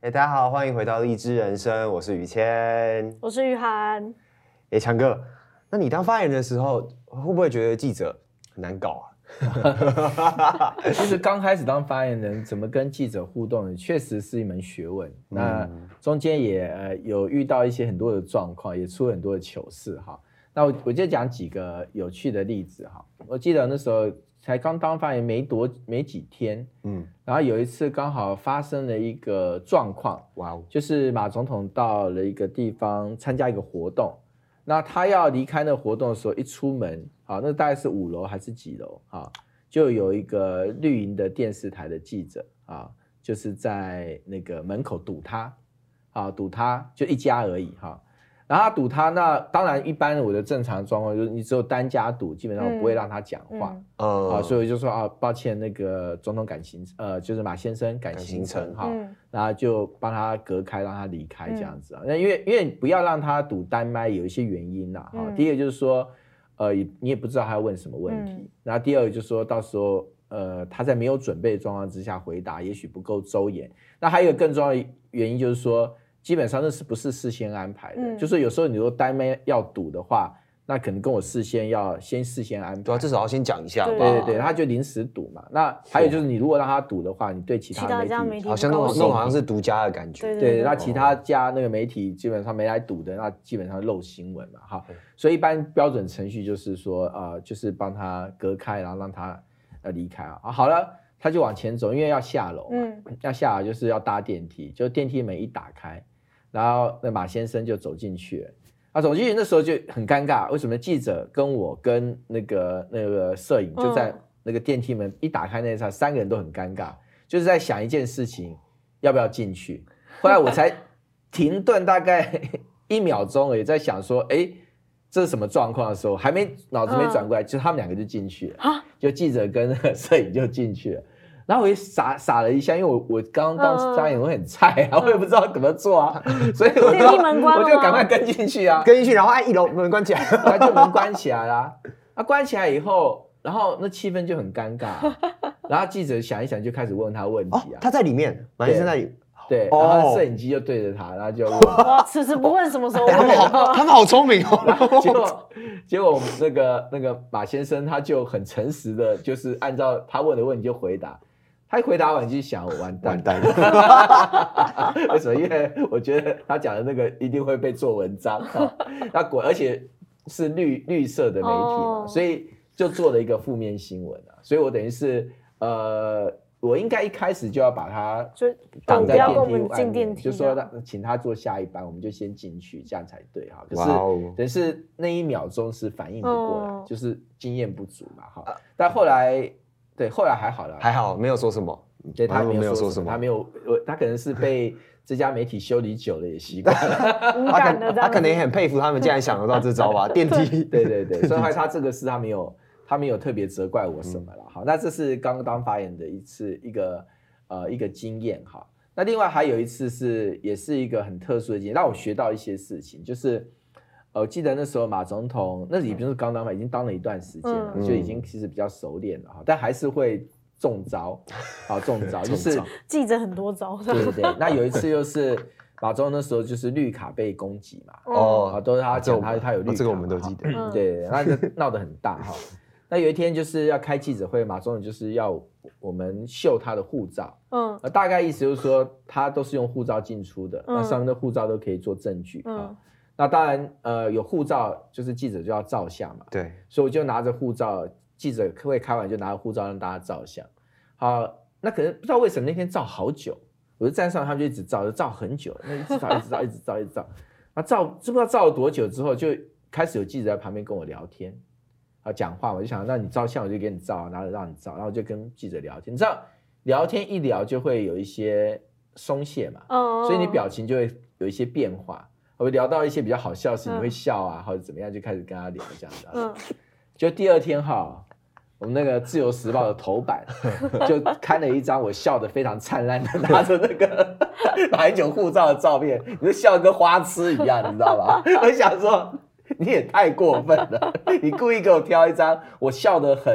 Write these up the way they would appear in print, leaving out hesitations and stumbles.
大家好，欢迎回到荔枝人生，我是于谦， 我是玉涵。 强哥，那你当发言人的时候，会不会觉得记者很难搞啊？ 其实刚开始当发言人，怎么跟记者互动，确实是一门学问。那中间也有遇到一些很多的状况，也出了很多的糗事哈。那我就讲几个有趣的例子哈。我记得那时候才刚当发言没几天，然后有一次刚好发生了一个状况，就是马总统到了一个地方参加一个活动，那他要离开那个活动的时候，一出门，那大概是5楼还是几楼就有一个绿营的电视台的记者就是在那个门口堵他，堵他就一家而已然后他堵他，那当然一般我的正常状况就是你只有单家堵，基本上我不会让他讲话，所以我就说抱歉，那个总统赶行就是马先生赶行程然后就帮他隔开，让他离开这样子那因为不要让他堵单麦，有一些原因第一个就是说你也不知道他要问什么问题，然后第二个就是说到时候他在没有准备的状况之下回答也许不够周延，那还有一个更重要的原因就是说基本上那是不是事先安排的，就是有时候你说单麦要堵的话，那可能跟我事先安排， 对至少要先讲一下吧。 对，他就临时堵嘛。那还有就是你如果让他堵的话，你对其他媒体好像弄好像是独家的感觉。 对，那其他家那个媒体基本上没来堵的，那基本上漏新闻嘛所以一般标准程序就是说就是帮他隔开，然后让他离开好了，他就往前走，因为要下楼要下楼就是要搭电梯，就电梯门一打开，然后那马先生就走进去了。走进去那时候就很尴尬，为什么记者跟我跟那个摄影就在那个电梯门一打开那一刹，3个人都很尴尬，就是在想一件事情要不要进去。后来我才停顿大概1秒钟而已，在想说这是什么状况的时候，脑子没转过来，就他们2个就进去了就记者跟那个摄影就进去了。然后我也傻了一下，因为我刚当发言人，我很菜我也不知道怎么做所以我就赶快跟进去然后按1楼门关起来， 就门关起来啦。关起来以后，然后那气氛就很尴尬然后记者想一想就开始问他问题他在里面，马先生在里面。 对，然后摄影机就对着他，然后就问迟迟不问什么时候问他们好聪明结果我们那个马先生他就很诚实的，就是按照他问的问题就回答。他一回答完就想我完蛋了为什么？因为我觉得他讲的那个一定会被做文章而且是绿色的媒体嘛所以就做了一个负面新闻所以我等于是我应该一开始就要把他挡在电梯外面，就说请他坐下一班，我们就先进去，这样才对可是等于是那1秒钟是反应不过来就是经验不足嘛但后来还好了， 还好没有说什么， 对他没有说什么，他可能是被这家媒体修理久了也习惯了他可能也很佩服他们竟然想得到这招吧电梯对所以他这个事他没有特别责怪我什么了好，那这是刚当发言的一个经验那另外还有一次也是一个很特殊的经验，让我学到一些事情，就是我记得那时候马总统那已经是刚当发，已经当了一段时间了就已经其实比较熟练了但还是会中招就是记者很多招对那有一次又是马总统那时候就是绿卡被攻击嘛都是他讲他有绿卡这个我们都记得对那就闹得很大那有一天就是要开记者会，马总统就是要我们秀他的护照大概意思就是说他都是用护照进出的那上面的护照都可以做证据那当然有护照就是记者就要照相嘛对， 所以我就拿着护照，记者会开完就拿着护照让大家照相那可能不知道为什么那天照好久，我就站上他们就一直照很久，那一直照那知不知道照了多久之后就开始有记者在旁边跟我聊天讲话，我就想那你照相我就给你照然后让你照，然后就跟记者聊天，你知道聊天一聊就会有一些松懈嘛所以你表情就会有一些变化，我聊到一些比较好笑的事情你会笑或者怎么样就开始跟他聊这样子就第2天我们那个自由时报的头版就刊了一张我笑得非常灿烂的拿着那个马英九护照的照片，你就笑得跟花痴一样你知道吧我想说你也太过分了你故意给我挑一张我笑得很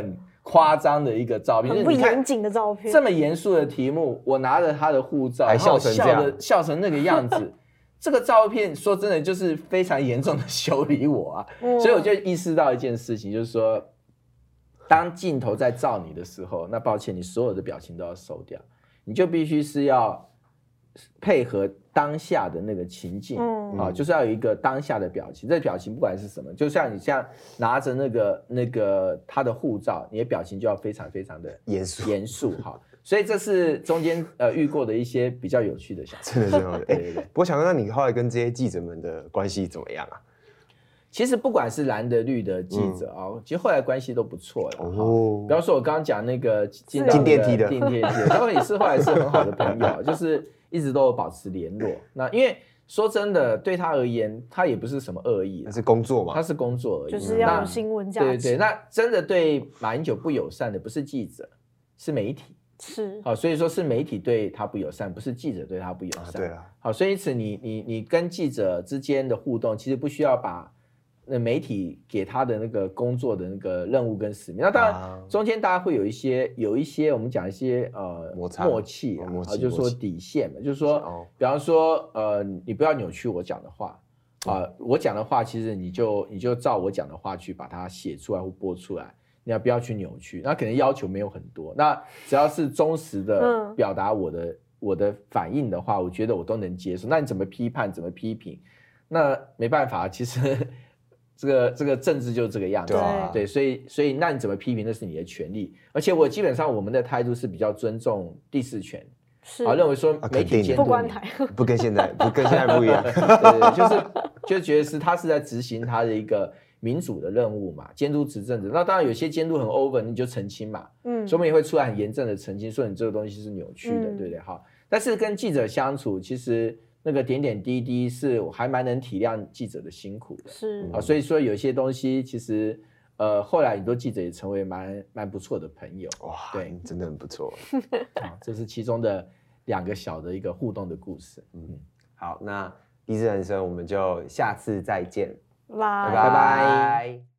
夸张的一个照片， 很不严谨的照片。 这么严肃的题目，我拿着他的护照， 还笑成这样， 笑成那个样子。这个照片说真的就是非常严重的修理我啊，所以我就意识到一件事情，就是说，当镜头在照你的时候，那抱歉，你所有的表情都要收掉，你就必须是要配合当下的那个情境啊，就是要有一个当下的表情。这表情不管是什么，就像你像拿着那个他的护照，你的表情就要非常非常的严肃哈。所以这是中间遇过的一些比较有趣的小事， 真的。对。不过想问，那你后来跟这些记者们的关系怎么样啊？ 其实不管是蓝的绿的记者啊，其实后来关系都不错了。比方说我刚刚讲那个进电梯的， 他们也是后来是很好的朋友，就是一直都有保持联络。那因为说真的，对他而言，他也不是什么恶意， 那是工作嘛， 他是工作而已， 就是要有新闻价值。 对，那真的对马英九不友善的不是记者，是媒体。 是好，所以说是媒体对他不友善，不是记者对他不友善。 对啊。 好，所以因此你跟记者之间的互动，其实不需要把那媒体给他的那个工作的那个任务跟使命。那当然中间大家会有一些我们讲一些默契啊，就是说底线嘛，就是说比方说你不要扭曲我讲的话啊，我讲的话其实你就照我讲的话去把它写出来或播出来。你要不要去扭曲？那可能要求没有很多，那只要是忠实的表达我的反应的话，我觉得我都能接受。那你怎么批判，怎么批评？那没办法，其实这个政治就是这个样子。对，所以那你怎么批评，那是你的权利。而且基本上我们的态度是比较尊重第四权，认为说媒体监督不关台， 不跟现在不一样。 对，就觉得是他是在执行他的一个民主的任务嘛，监督执政者。那当然有些监督很 over， 你就澄清嘛，所以我们也会出来很严正的澄清，说你这个东西是扭曲的，对不对？好，但是跟记者相处，其实那个点点滴滴是我还蛮能体谅记者的辛苦的， 是啊，所以说有些东西其实后来很多记者也成为蛮不错的朋友。 哇， 对， 真的很不错。 这是其中的2个小的一个互动的故事。 好，那励志人生我们就下次再见。 拜拜拜。